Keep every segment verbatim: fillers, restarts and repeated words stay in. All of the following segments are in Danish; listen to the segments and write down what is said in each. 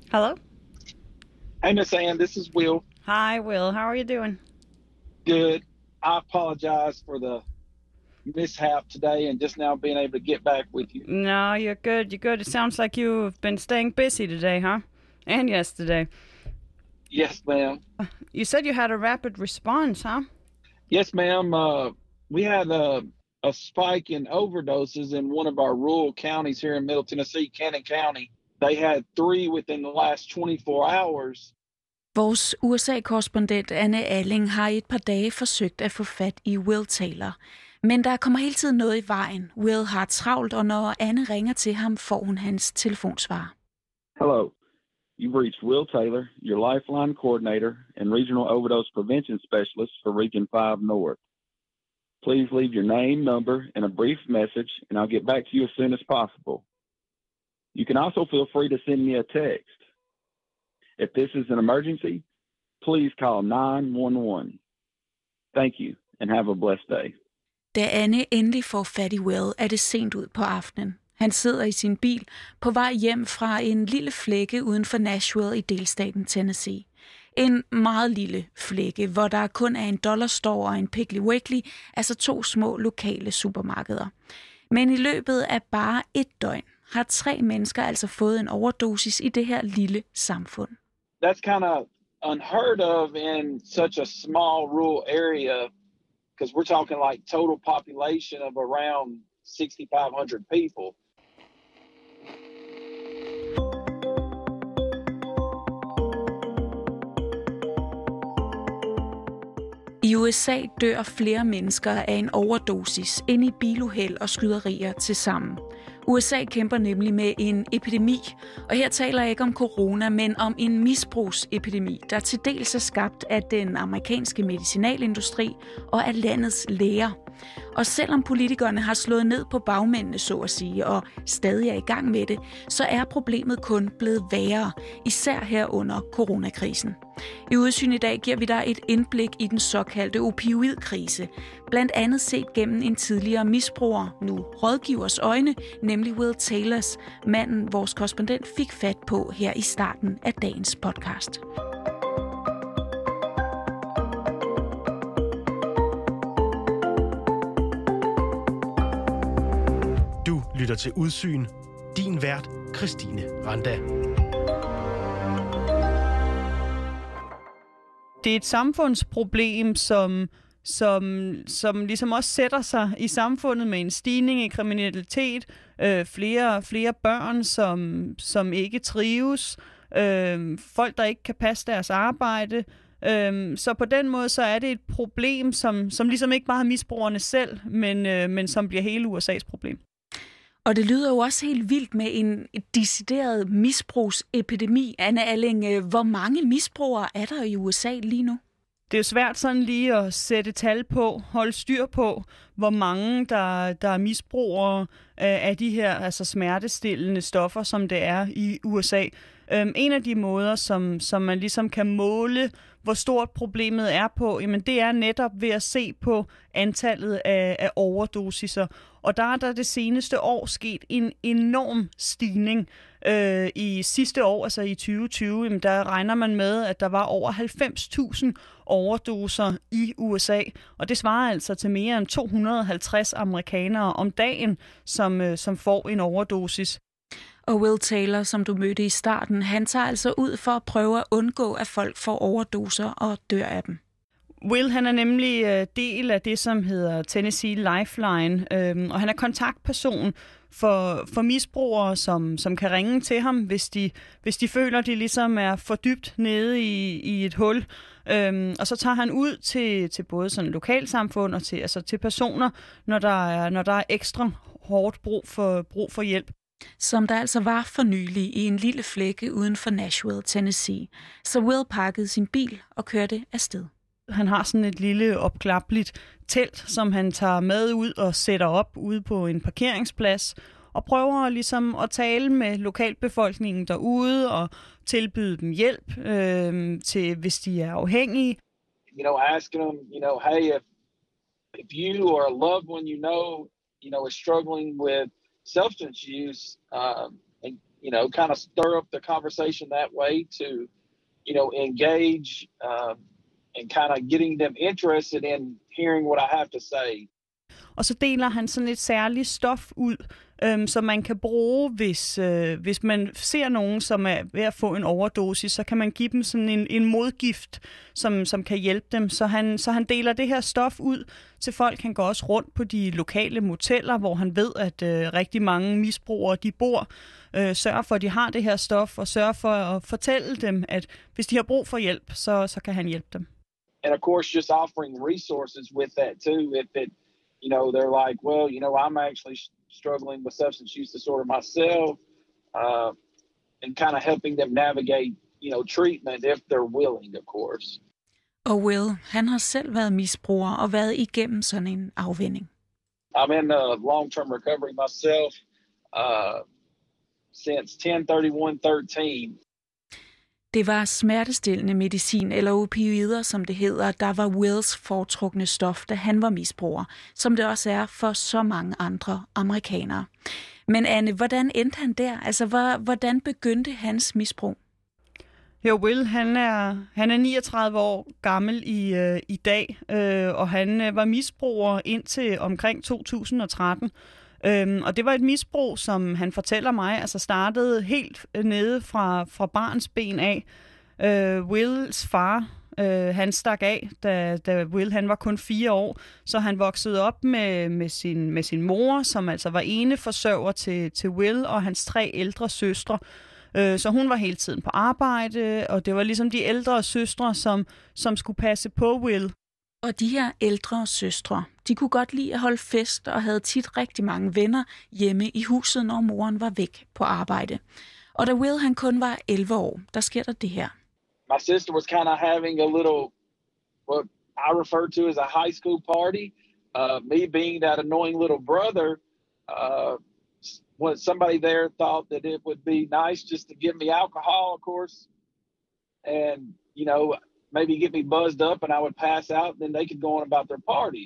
Hello? Hey, Miss Ann, this is Will. Hi, Will. How are you doing? Good. I apologize for the mishap today and just now being able to get back with you. No, you're good. You're good. It sounds like you've been staying busy today, huh? And yesterday. Yes, ma'am. You said you had a rapid response, huh? Yes, ma'am. Uh, we had a, a spike in overdoses in one of our rural counties here in Middle Tennessee, Cannon County. They had three within the last twenty-four hours. Vores U S A-korrespondent Anne Alling har i et par dage forsøgt at få fat i Will Taylor. Men der kommer hele tiden noget i vejen. Will har travlt, og når Anne ringer til ham, får hun hans telefonsvar. Hello. You've reached Will Taylor, your Lifeline coordinator and regional overdose prevention specialist for Region five North. Please leave your name, number, and a brief message, and I'll get back to you as soon as possible. You can also feel free to send me a text. If this is an emergency, please call nine one one. Thank you, and have a blessed day. Da Anne endelig får fat i Will, er det sent ud på aftenen. Han sidder i sin bil på vej hjem fra en lille flække uden for Nashville i delstaten Tennessee. En meget lille flække, hvor der kun er en Dollar Store og en Piggly Wiggly, altså to små lokale supermarkeder. Men i løbet af bare et døgn har tre mennesker altså fået en overdosis i det her lille samfund. That's kind of unheard of in such a small rural area, because we're talking like total population of around sixty-five hundred people. I U S A dør flere mennesker af en overdosis end i biluheld og skyderier til sammen. U S A kæmper nemlig med en epidemi, og her taler jeg ikke om corona, men om en misbrugsepidemi, der til dels er skabt af den amerikanske medicinalindustri og af landets læger. Og selvom politikerne har slået ned på bagmændene, så at sige, og stadig er i gang med det, så er problemet kun blevet værre, især her under coronakrisen. I Udsyn i dag giver vi dig et indblik i den såkaldte opioidkrise, blandt andet set gennem en tidligere misbruger, nu rådgivers øjne, nemlig Will Taylors, manden vores korrespondent fik fat på her i starten af dagens podcast. Du lytter til Udsyn. Din vært, Christine Randa. Det er et samfundsproblem, som, som, som ligesom også sætter sig i samfundet med en stigning i kriminalitet, øh, flere, flere børn, som, som ikke trives, øh, folk, der ikke kan passe deres arbejde. Øh, så på den måde så er det et problem, som, som ligesom ikke bare har misbrugerne selv, men, øh, men som bliver hele U S A's problem. Og det lyder jo også helt vildt med en decideret misbrugsepidemi. Anne Alling, hvor mange misbrugere er der i U S A lige nu? Det er jo svært sådan lige at sætte tal på, holde styr på, hvor mange der, der er misbrugere af de her altså smertestillende stoffer, som det er i U S A. Um, en af de måder, som, som man ligesom kan måle, hvor stort problemet er på, jamen det er netop ved at se på antallet af, af overdosiser. Og der er der det seneste år sket en enorm stigning. Øh, I sidste år, altså i tyve tyve, jamen der regner man med, at der var over halvfems tusind overdoser i U S A. Og det svarer altså til mere end to hundrede og halvtreds amerikanere om dagen, som, øh, som får en overdosis. Og Will Taylor, som du mødte i starten, han tager altså ud for at prøve at undgå, at folk får overdoser og dør af dem. Will, han er nemlig øh, del af det, som hedder Tennessee Lifeline, øh, og han er kontaktperson for, for misbrugere, som, som kan ringe til ham, hvis de, hvis de føler, de ligesom er for dybt nede i, i et hul. Øh, og så tager han ud til, til både sådan lokalsamfund og til, altså til personer, når der er, når der er ekstra hårdt brug for, brug for hjælp. Som der altså var for nylig i en lille flække uden for Nashville, Tennessee. Så Will pakkede sin bil og kørte afsted. Han har sådan et lille opklappeligt telt, som han tager med ud og sætter op ude på en parkeringsplads, og prøver ligesom at tale med lokalbefolkningen derude og tilbyde dem hjælp øh, til, hvis de er afhængige. You know, asking them, you know, hey, if, if you or a loved one you know, you know, is struggling with substance use, um, and you know, kind of stir up the conversation that way to, you know, engage um, and kind of getting them interested in hearing what I have to say. Og så deler han sådan et særligt stof ud, øhm, som man kan bruge, hvis, øh, hvis man ser nogen, som er ved at få en overdosis, så kan man give dem sådan en, en modgift, som, som kan hjælpe dem. Så han, så han deler det her stof ud til folk. Han går også rundt på de lokale moteller, hvor han ved, at øh, rigtig mange misbrugere, de bor, øh, sørger for, at de har det her stof, og sørger for at fortælle dem, at hvis de har brug for hjælp, så, så kan han hjælpe dem. And of course, just offering resources with that too, if it, you know, they're like, well, you know, I'm actually struggling with substance use disorder myself, uh, and kind of helping them navigate, you know, treatment if they're willing, of course. Og Will, han har selv været misbruger og været igennem sådan en afvænning. I'm in uh, long-term recovery myself uh, since ten thirty-one thirteen. Det var smertestillende medicin, eller opioider, som det hedder, der var Wills foretrukne stof, da han var misbruger, som det også er for så mange andre amerikanere. Men Anne, hvordan endte han der? Altså, hvordan begyndte hans misbrug? Jo, Will, han er, han er niogtredive år gammel i, øh, i dag, øh, og han øh, var misbruger indtil omkring to tusind og tretten. Øhm, og det var et misbrug, som han fortæller mig, altså startede helt nede fra, fra barns ben af. Øh, Wills far, øh, han stak af, da, da Will han var kun fire år, så han voksede op med, med, sin, med sin mor, som altså var ene forsørger til, til Will og hans tre ældre søstre. Øh, så hun var hele tiden på arbejde, og det var ligesom de ældre søstre, som, som skulle passe på Will. Og de her ældre søstre, de kunne godt lide at holde fest og havde tit rigtig mange venner hjemme i huset, når moren var væk på arbejde. Og da Will han kun var elleve år, der sker der det her. My sister was kind of having a little, what I refer to as a high school party. Uh, me being that annoying little brother, uh, when somebody there thought that it would be nice just to give me alcohol, of course, and, you know, maybe get me buzzed up and I would pass out, and then they could go on about their party.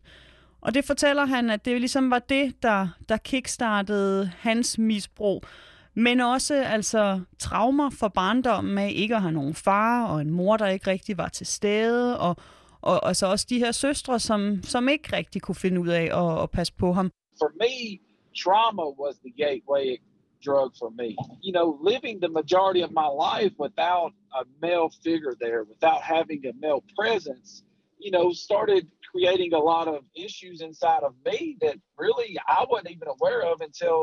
Og det fortæller han, at det ligesom var det, der, der kickstartede hans misbrug. Men også altså traumer for barndommen af ikke at have nogen far og en mor, der ikke rigtig var til stede, og, og, og så også de her søstre, som, som ikke rigtig kunne finde ud af at, at passe på ham. For me, trauma was the gateway drug for me. You know, living the majority of my life without a male figure there, without having a male presence, you know, started creating a lot of issues inside of me that really I wasn't even aware of until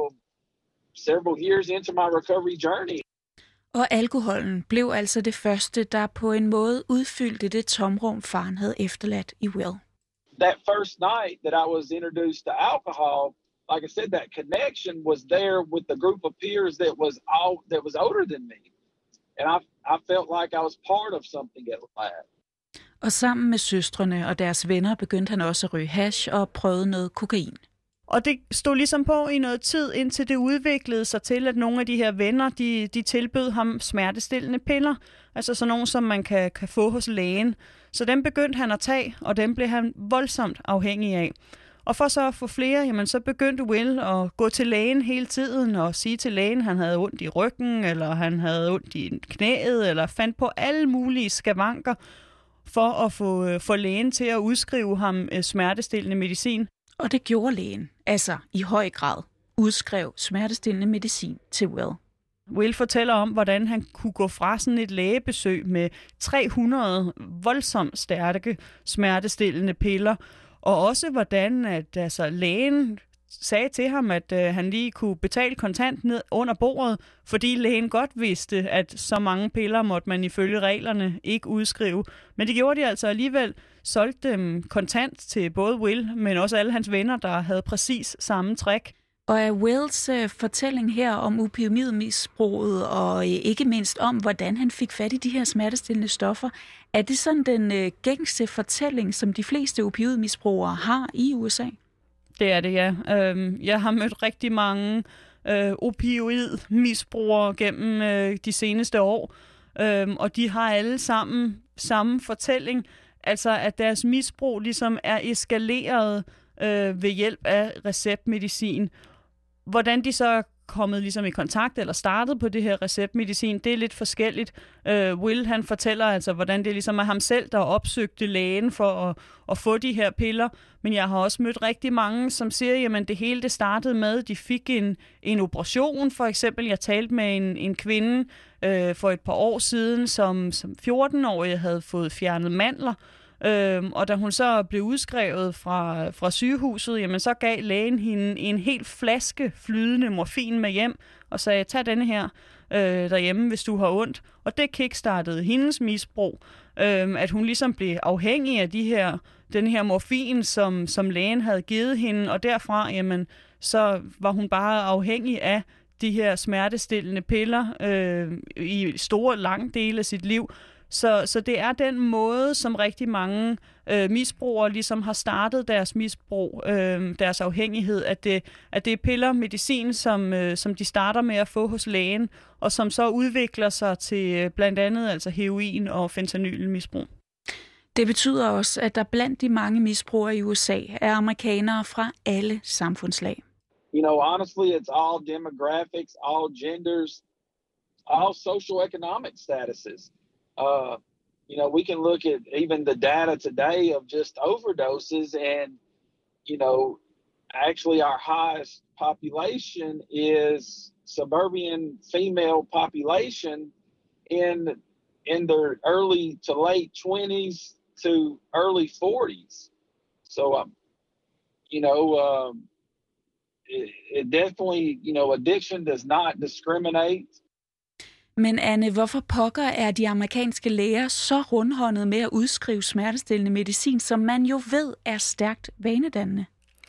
several years into my recovery journey. Og alkoholen blev altså det første, der på en måde udfyldte det tomrum, faren havde efterladt i Will. That first night that I was introduced to alcohol, like I said, that connection was there with the group of peers that was all that was older than me, and I I felt like I was part of something at last. Og sammen med søstrene og deres venner begyndte han også at ryge hash og prøvede noget kokain. Og det stod ligesom på i noget tid, indtil det udviklede sig til, at nogle af de her venner, de, de tilbød ham smertestillende piller. Altså sådan nogle, som man kan, kan få hos lægen. Så dem begyndte han at tage, og dem blev han voldsomt afhængig af. Og for så at få flere, jamen, så begyndte Will at gå til lægen hele tiden og sige til lægen, at han havde ondt i ryggen, eller han havde ondt i knæet, eller fandt på alle mulige skavanker for at få, få lægen til at udskrive ham smertestillende medicin. Og det gjorde lægen, altså i høj grad, udskrev smertestillende medicin til Will. Will fortæller om, hvordan han kunne gå fra sådan et lægebesøg med tre hundrede voldsomt stærke smertestillende piller, og også hvordan at, altså, lægen sagde til ham, at øh, han lige kunne betale kontant ned under bordet, fordi lægen godt vidste, at så mange piller måtte man ifølge reglerne ikke udskrive. Men det gjorde de altså alligevel, solgte dem kontant til både Will, men også alle hans venner, der havde præcis samme trick. Og er Wills øh, fortælling her om opioidmisbruget, og øh, ikke mindst om, hvordan han fik fat i de her smertestillende stoffer, er det sådan den øh, gængse fortælling, som de fleste opioidmisbrugere har i U S A? Det er det, ja. Jeg har mødt rigtig mange øh, opioidmisbrugere gennem øh, de seneste år, øh, og de har alle sammen samme fortælling, altså at deres misbrug ligesom er eskaleret øh, ved hjælp af receptmedicin. Hvordan de så kommet ligesom i kontakt eller startet på det her receptmedicin. Det er lidt forskelligt. Øh, Will, han fortæller altså, hvordan det ligesom er ham selv, der opsøgte lægen for at, at få de her piller. Men jeg har også mødt rigtig mange, som siger, jamen det hele det startede med, de fik en, en operation. For eksempel, jeg talte med en, en kvinde øh, for et par år siden, som, som fjorten-årig havde fået fjernet mandler. Øhm, og da hun så blev udskrevet fra, fra sygehuset, jamen så gav lægen hende en helt flaske flydende morfin med hjem, og sagde, tag denne her øh, derhjemme, hvis du har ondt. Og det kickstartede hendes misbrug, øh, at hun ligesom blev afhængig af de her, den her morfin, som, som lægen havde givet hende, og derfra, jamen, så var hun bare afhængig af de her smertestillende piller øh, i store, lange dele af sit liv. Så, så det er den måde, som rigtig mange øh, misbrugere ligesom har startet deres misbrug, øh, deres afhængighed, at det, at det er piller, medicin, som, øh, som de starter med at få hos lægen, og som så udvikler sig til øh, blandt andet altså heroin og fentanylmisbrug. Det betyder også, at der blandt de mange misbrugere i U S A er amerikanere fra alle samfundslag. You know, honestly, it's all demographics, all genders, all socioeconomic statuses. Uh, you know, we can look at even the data today of just overdoses, and, you know, actually our highest population is suburban female population in in their early to late twenties to early forties. So, um, you know, um, it, it definitely, you know, addiction does not discriminate. Men Anne, hvorfor pokker er de amerikanske læger så rundhåndet med at udskrive smertestillende medicin, som man jo ved er stærkt vanedannende?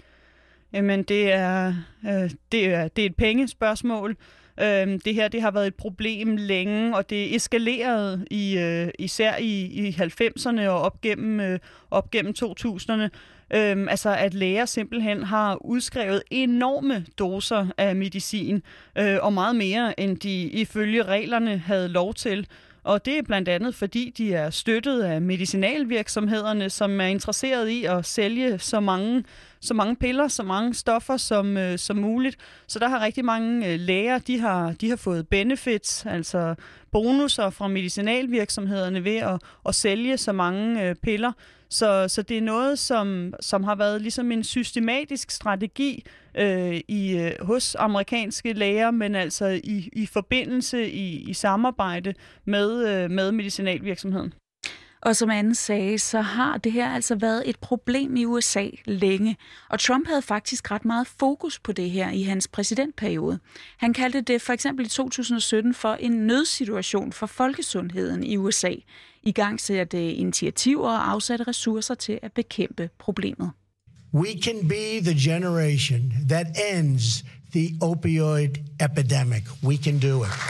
Jamen, det er, øh, det er, det er et pengespørgsmål. Øh, det her det har været et problem længe, og det eskalerede i, øh, især i, i halvfemserne og op gennem, øh, op gennem to tusinderne. Øhm, altså at læger simpelthen har udskrevet enorme doser af medicin, øh, og meget mere, end de ifølge reglerne havde lov til. Og det er blandt andet, fordi de er støttet af medicinalvirksomhederne, som er interesseret i at sælge så mange, så mange piller, så mange stoffer som, øh, som muligt. Så der har rigtig mange øh, læger, de har, de har fået benefits, altså bonusser fra medicinalvirksomhederne ved at, at sælge så mange øh, piller. Så, så det er noget, som, som har været ligesom en systematisk strategi øh, i, øh, hos amerikanske læger, men altså i, i forbindelse, i, i samarbejde med, øh, med medicinalvirksomheden. Og som Anne sagde, så har det her altså været et problem i U S A længe. Og Trump havde faktisk ret meget fokus på det her i hans præsidentperiode. Han kaldte det for eksempel i to tusind og sytten for en nødsituation for folkesundheden i U S A. I gang satte initiativer og afsatte ressourcer til at bekæmpe problemet. We can be the generation that ends the opioid epidemic. We can do it.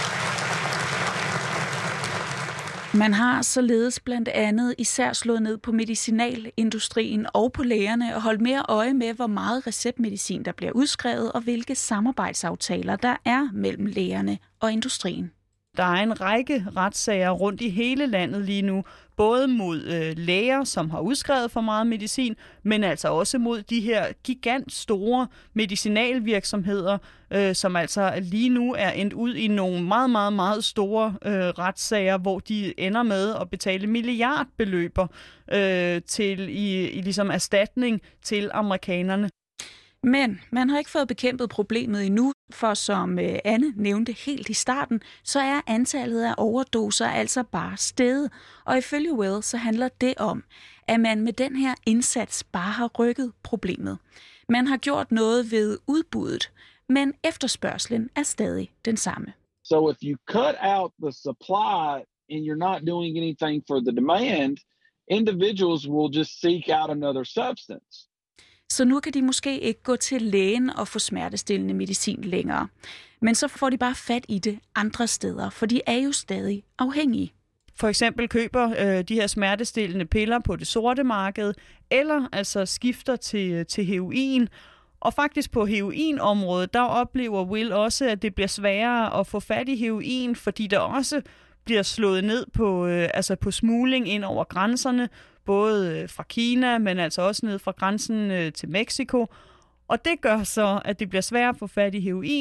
Man har således blandt andet især slået ned på medicinalindustrien og på lægerne og holdt mere øje med, hvor meget receptmedicin der bliver udskrevet og hvilke samarbejdsaftaler der er mellem lægerne og industrien. Der er en række retssager rundt i hele landet lige nu, både mod øh, læger, som har udskrevet for meget medicin, men altså også mod de her gigant store medicinalvirksomheder, øh, som altså lige nu er endt ud i nogle meget, meget, meget store øh, retssager, hvor de ender med at betale milliardbeløber øh, til i, i ligesom erstatning til amerikanerne. Men man har ikke fået bekæmpet problemet endnu, for som Anne nævnte helt i starten, så er antallet af overdoser altså bare steget. Og ifølge Will, så handler det om, at man med den her indsats bare har rykket problemet. Man har gjort noget ved udbuddet, men efterspørgslen er stadig den samme. So if you cut out the supply and you're not doing anything for the demand, individuals will just seek out another substance. Så nu kan de måske ikke gå til lægen og få smertestillende medicin længere. Men så får de bare fat i det andre steder, for de er jo stadig afhængige. For eksempel køber øh, de her smertestillende piller på det sorte marked, eller altså skifter til, til heroin. Og faktisk på heroinområdet, der oplever Will også, at det bliver sværere at få fat i heroin, fordi der også bliver slået ned på, øh, altså på smugling ind over grænserne, både fra Kina, men altså også ned fra grænsen øh, til Mexico. Og det gør så, at det bliver sværere at få fat i heroin,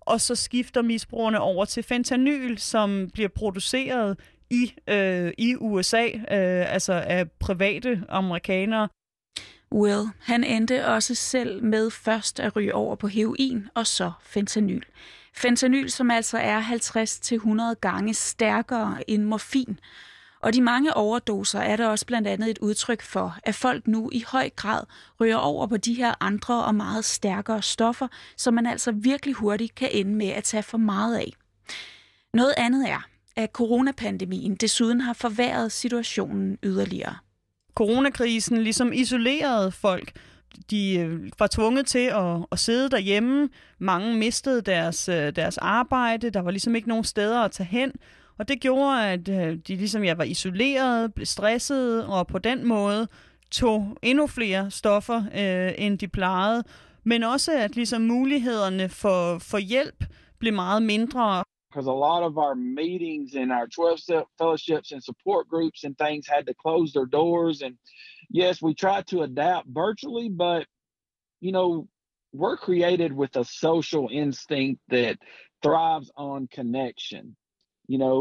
og så skifter misbrugerne over til fentanyl, som bliver produceret i, øh, i U S A, øh, altså af private amerikanere. Will, han endte også selv med først at ryge over på heroin og så fentanyl. Fentanyl, som altså er halvtreds til hundrede gange stærkere end morfin. Og de mange overdoser er der også blandt andet et udtryk for, at folk nu i høj grad ryger over på de her andre og meget stærkere stoffer, som man altså virkelig hurtigt kan ende med at tage for meget af. Noget andet er, at coronapandemien desuden har forværret situationen yderligere. Coronakrisen ligesom isolerede folk. De var tvunget til at, at sidde derhjemme. Mange mistede deres, deres arbejde. Der var ligesom ikke nogen steder at tage hen. Og det gjorde, at de ligesom jeg var isoleret, blev stressede, og på den måde tog endnu flere stoffer, øh, end de plejede. Men også, at ligesom mulighederne for, for hjælp blev meget mindre. Because a lot of our meetings and our twelve-step fellowships and support groups and things had to close their doors. And yes, we tried to adapt virtually, but, you know, we're created with a social instinct that thrives on connection. You know,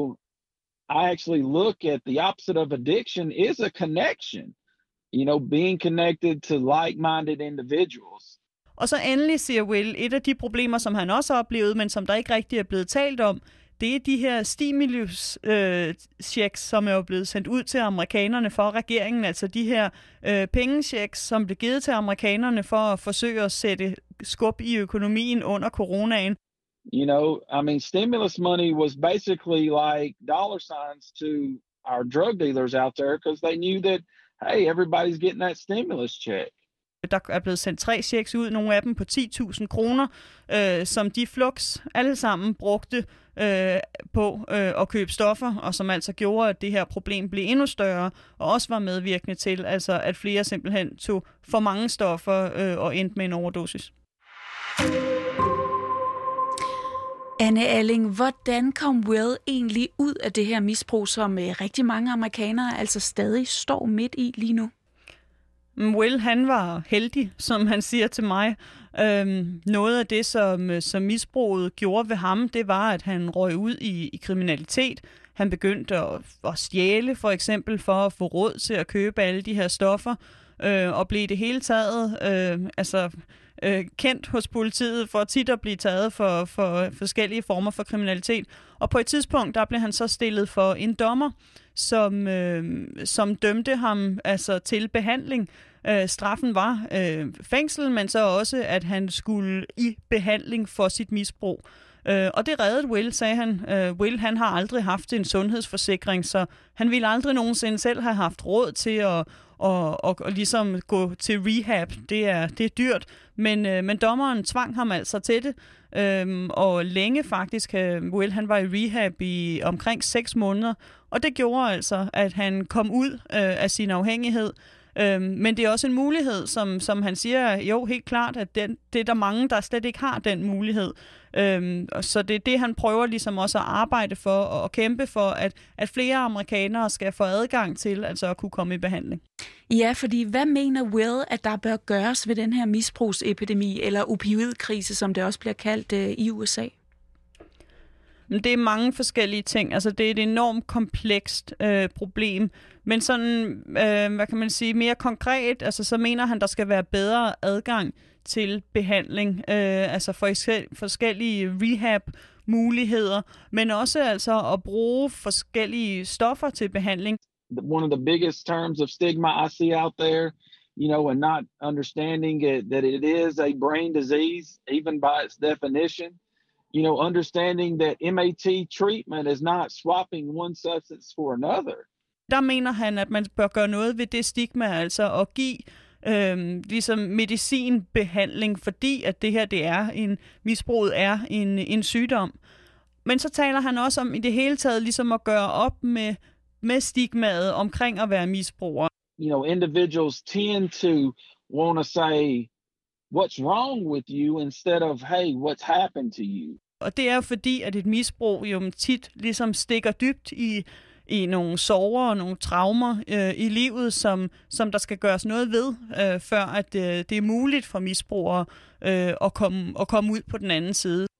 I actually look at the opposite of addiction is a connection, you know, being connected to like-minded individuals. Og så endelig, siger Will, et af de problemer, som han også har oplevet, men som der ikke rigtig er blevet talt om, det er de her stimulus-checks, øh, som er jo blevet sendt ud til amerikanerne for regeringen, altså de her øh, pengechecks, som blev givet til amerikanerne for at forsøge at sætte skub i økonomien under coronaen. You know, I mean, stimulus money was basically like dollar signs to our drug dealers out there because they knew that, hey, everybody's getting that stimulus check. Der er blevet sendt tre checks ud, nogle af dem på ti tusind kroner, øh, som de flux alle sammen brugte øh, på øh, at købe stoffer, og som altså gjorde, at det her problem blev endnu større, og også var medvirkende til, altså, at flere simpelthen tog for mange stoffer øh, og endte med en overdosis. Anne Alling, hvordan kom Will egentlig ud af det her misbrug, som rigtig mange amerikanere altså stadig står midt i lige nu? Will, han var heldig, som han siger til mig. Øhm, noget af det, som, som misbruget gjorde ved ham, det var, at han røg ud i, i kriminalitet. Han begyndte at, at stjæle, for eksempel, for at få råd til at købe alle de her stoffer, øh, og blev det hele taget øh, altså, øh, kendt hos politiet for tit at blive taget for, for forskellige former for kriminalitet. Og på et tidspunkt, der blev han så stillet for en dommer, som, øh, som dømte ham altså, til behandling. Øh, straffen var øh, fængsel, men så også, at han skulle i behandling for sit misbrug. Øh, og det reddede Will, sagde han. Øh, Will, han har aldrig haft en sundhedsforsikring, så han ville aldrig nogensinde selv have haft råd til at og, og, og ligesom gå til rehab. Det er, det er dyrt, men, øh, men dommeren tvang ham altså til det. Øhm, og længe faktisk, øh, Will, han var i rehab i omkring seks måneder, og det gjorde altså, at han kom ud øh, af sin afhængighed. Øhm, men det er også en mulighed, som, som han siger, jo helt klart, at den, det er der mange, der slet ikke har den mulighed. Øhm, så det er det, han prøver ligesom også at arbejde for og, og kæmpe for, at, at flere amerikanere skal få adgang til altså at kunne komme i behandling. Ja, fordi hvad mener Will, at der bør gøres ved den her misbrugsepidemi, eller opioidkrise, som det også bliver kaldt øh, i U S A? Det er mange forskellige ting. Altså, det er et enormt komplekst øh, problem. Men sådan, øh, hvad kan man sige, mere konkret, altså, så mener han, der skal være bedre adgang til behandling. Øh, altså for forskellige rehab-muligheder, men også altså at bruge forskellige stoffer til behandling. One of the biggest terms of stigma I see out there, you know, and not understanding it, that it is a brain disease, even by its definition. You know, understanding that M A T treatment is not swapping one substance for another. Der mener han, at man bør gøre noget ved det stigma, altså at give øhm, ligesom medicinbehandling, fordi at det her det er en misbruget er en, en sygdom. Men så taler han også om i det hele taget ligesom at gøre op med, med stigmaet omkring at være misbruger. You know, individuals tend to want to say, what's wrong with you, instead of, hey, what's happened to you? Og det er fordi, at et misbrug jo tit ligesom stikker dybt i, i nogle sorger og nogle traumer øh, i livet, som, som der skal gøres noget ved, øh, før at øh, det er muligt for misbrugere øh, at, komme, at komme ud på den anden side.